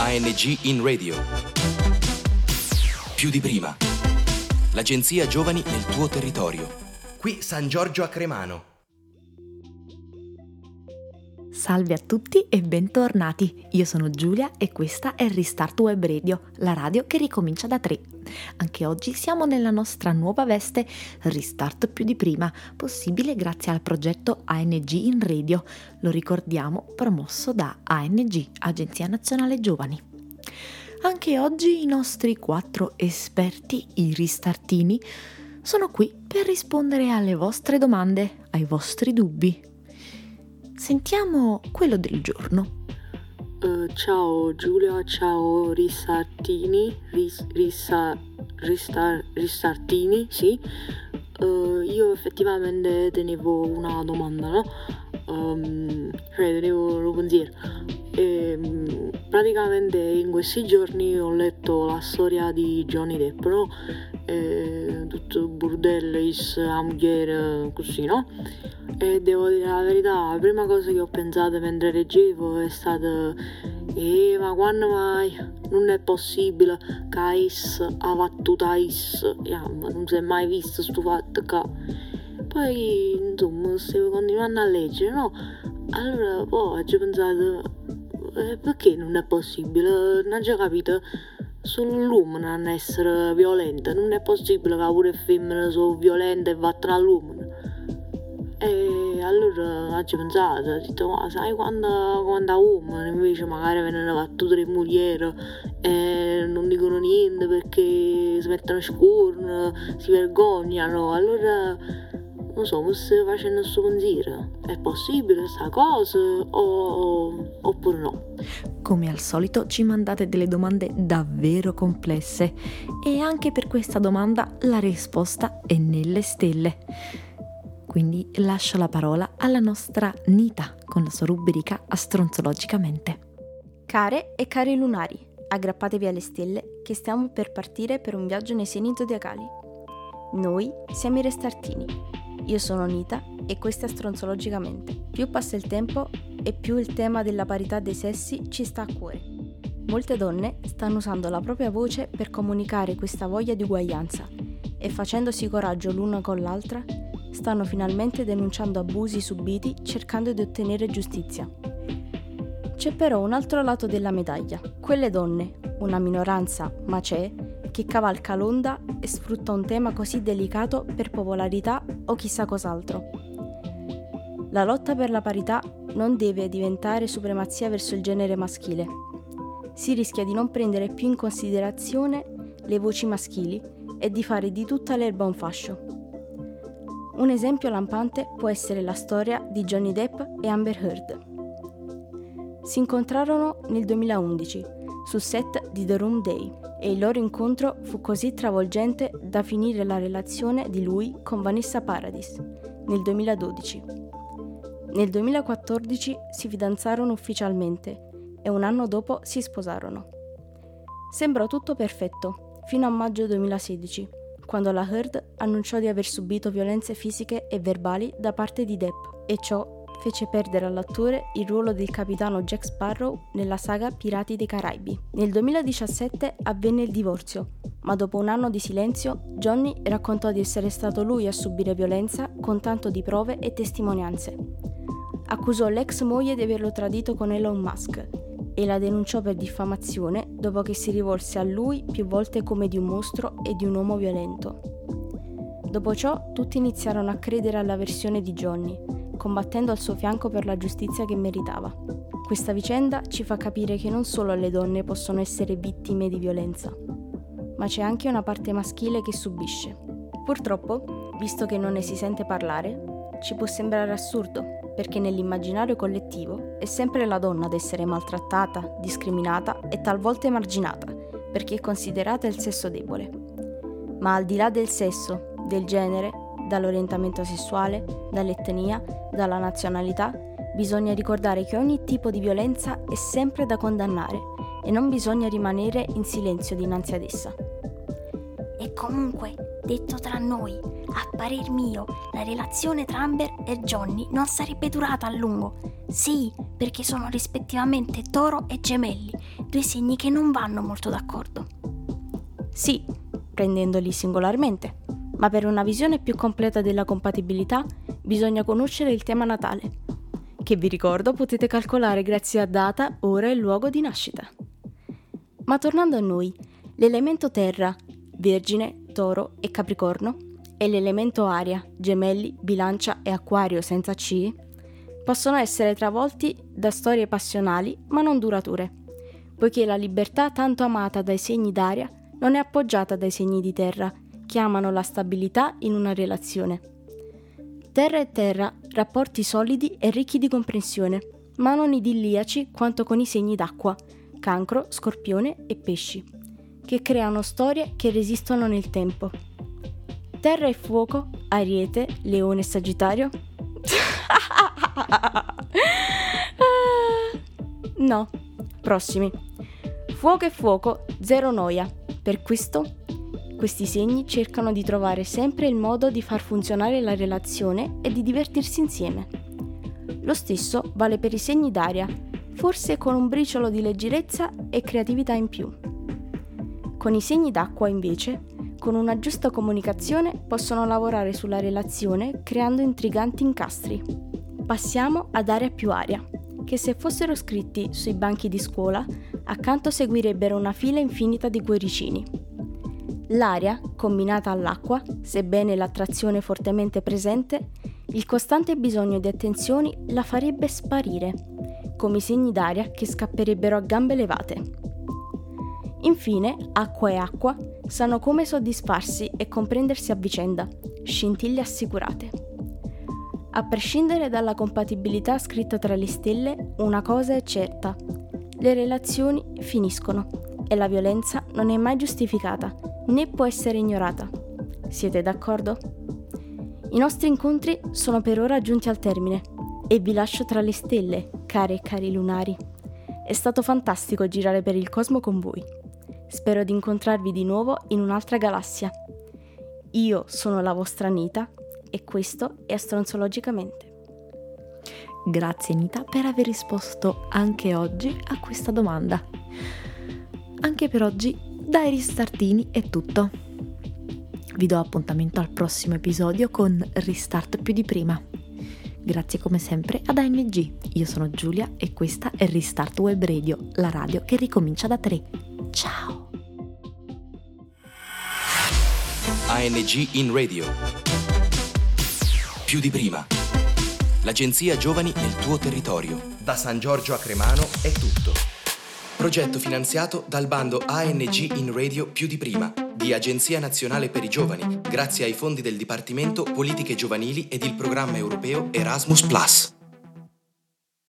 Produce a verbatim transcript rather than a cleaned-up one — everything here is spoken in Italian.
A N G in Radio. Più di prima. L'agenzia Giovani nel tuo territorio. Qui San Giorgio a Cremano. Salve a tutti e bentornati. Io sono Giulia e questa è Restart Web Radio, la radio che ricomincia da tre. Anche oggi siamo nella nostra nuova veste Restart più di prima, possibile grazie al progetto A N G in Radio. Lo ricordiamo, promosso da A N G, Agenzia Nazionale Giovani. Anche oggi i nostri quattro esperti, i ristartini, sono qui per rispondere alle vostre domande, ai vostri dubbi. Sentiamo quello del giorno. Uh, ciao Giulia, ciao Risartini, ris, risa, ristar, Risartini, sì. Uh, io effettivamente tenevo una domanda, no? Um, cioè tenevo un pensiero. E, praticamente in questi giorni ho letto la storia di Johnny Depp, no? E, tutto bordello, la moglie, così, no? E devo dire la verità, la prima cosa che ho pensato mentre leggevo è stata eh ma quando mai non è possibile che Is ha fatto Is, yeah, ma non si è mai visto sto fatto che poi insomma stavo continuando a leggere, no? Allora poi ho pensato eh, perché non è possibile, non ho già capito, solo l'uomo non essere violenta, non è possibile che pure le femmine sono violente e vattano all'uomo. E allora ho pensato, ho detto, ma sai quando, quando uomo invece magari vengono fatte tre mogli e non dicono niente perché si mettono scurno, si vergognano, allora non so, mi stai facendo questo pensiero, è possibile questa cosa o, oppure no? Come al solito ci mandate delle domande davvero complesse e anche per questa domanda la risposta è nelle stelle. Quindi lascio la parola alla nostra Nita con la sua rubrica Astronzologicamente. Care e cari lunari, aggrappatevi alle stelle che stiamo per partire per un viaggio nei seni zodiacali. Noi siamo i Restartini. Io sono Nita e questo è Astronzologicamente. Più passa il tempo e più il tema della parità dei sessi ci sta a cuore. Molte donne stanno usando la propria voce per comunicare questa voglia di uguaglianza e facendosi coraggio l'una con l'altra stanno finalmente denunciando abusi subiti cercando di ottenere giustizia. C'è però un altro lato della medaglia, quelle donne, una minoranza, ma c'è, che cavalca l'onda e sfrutta un tema così delicato per popolarità o chissà cos'altro. La lotta per la parità non deve diventare supremazia verso il genere maschile. Si rischia di non prendere più in considerazione le voci maschili e di fare di tutta l'erba un fascio. Un esempio lampante può essere la storia di Johnny Depp e Amber Heard. Si incontrarono nel duemilaundici sul set di The Room Day e il loro incontro fu così travolgente da finire la relazione di lui con Vanessa Paradis nel duemiladodici. Nel duemilaquattordici si fidanzarono ufficialmente e un anno dopo si sposarono. Sembrò tutto perfetto fino a maggio duemilasedici, quando la Heard annunciò di aver subito violenze fisiche e verbali da parte di Depp e ciò fece perdere all'attore il ruolo del capitano Jack Sparrow nella saga Pirati dei Caraibi. Nel duemiladiciassette avvenne il divorzio, ma dopo un anno di silenzio Johnny raccontò di essere stato lui a subire violenza con tanto di prove e testimonianze. Accusò l'ex moglie di averlo tradito con Elon Musk e la denunciò per diffamazione dopo che si rivolse a lui più volte come di un mostro e di un uomo violento. Dopo ciò tutti iniziarono a credere alla versione di Johnny, combattendo al suo fianco per la giustizia che meritava. Questa vicenda ci fa capire che non solo le donne possono essere vittime di violenza, ma c'è anche una parte maschile che subisce. Purtroppo, visto che non ne si sente parlare, ci può sembrare assurdo, perché nell'immaginario collettivo è sempre la donna ad essere maltrattata, discriminata e talvolta emarginata, perché è considerata il sesso debole. Ma al di là del sesso, del genere, dall'orientamento sessuale, dall'etnia, dalla nazionalità, bisogna ricordare che ogni tipo di violenza è sempre da condannare e non bisogna rimanere in silenzio dinanzi ad essa. E comunque, detto tra noi, a parer mio, la relazione tra Amber e Johnny non sarebbe durata a lungo. Sì, perché sono rispettivamente Toro e Gemelli, due segni che non vanno molto d'accordo. Sì, prendendoli singolarmente, ma per una visione più completa della compatibilità bisogna conoscere il tema natale, che vi ricordo potete calcolare grazie a data, ora e luogo di nascita. Ma tornando a noi, l'elemento terra, Vergine, Toro e Capricorno, e l'elemento aria, Gemelli, Bilancia e Acquario senza C, possono essere travolti da storie passionali ma non durature, poiché la libertà tanto amata dai segni d'aria non è appoggiata dai segni di terra, che amano la stabilità in una relazione. Terra e terra, rapporti solidi e ricchi di comprensione, ma non idilliaci quanto con i segni d'acqua, Cancro, Scorpione e Pesci, che creano storie che resistono nel tempo. Terra e fuoco, Ariete, Leone e Sagittario? No, prossimi. Fuoco e fuoco, zero noia. Per questo, questi segni cercano di trovare sempre il modo di far funzionare la relazione e di divertirsi insieme. Lo stesso vale per i segni d'aria, forse con un briciolo di leggerezza e creatività in più. Con i segni d'acqua, invece, con una giusta comunicazione possono lavorare sulla relazione creando intriganti incastri. Passiamo ad aria più aria, che se fossero scritti sui banchi di scuola, accanto seguirebbero una fila infinita di cuoricini. L'aria, combinata all'acqua, sebbene l'attrazione fortemente presente, il costante bisogno di attenzioni la farebbe sparire, come i segni d'aria che scapperebbero a gambe levate. Infine, acqua e acqua sanno come soddisfarsi e comprendersi a vicenda, scintille assicurate. A prescindere dalla compatibilità scritta tra le stelle, una cosa è certa: le relazioni finiscono e la violenza non è mai giustificata, né può essere ignorata. Siete d'accordo? I nostri incontri sono per ora giunti al termine e vi lascio tra le stelle, care e cari lunari. È stato fantastico girare per il cosmo con voi. Spero di incontrarvi di nuovo in un'altra galassia. Io sono la vostra Nita e questo è Astronzologicamente. Grazie Nita per aver risposto anche oggi a questa domanda. Anche per oggi da Ristartini è tutto. Vi do appuntamento al prossimo episodio con Restart più di prima. Grazie come sempre ad A N G. Io sono Giulia e questa è Restart Web Radio, la radio che ricomincia da tre. Ciao! A N G in Radio. Più di prima. L'agenzia Giovani nel tuo territorio. Da San Giorgio a Cremano è tutto. Progetto finanziato dal bando A N G in Radio Più di prima di Agenzia Nazionale per i Giovani, grazie ai fondi del Dipartimento Politiche Giovanili ed il programma europeo Erasmus Plus.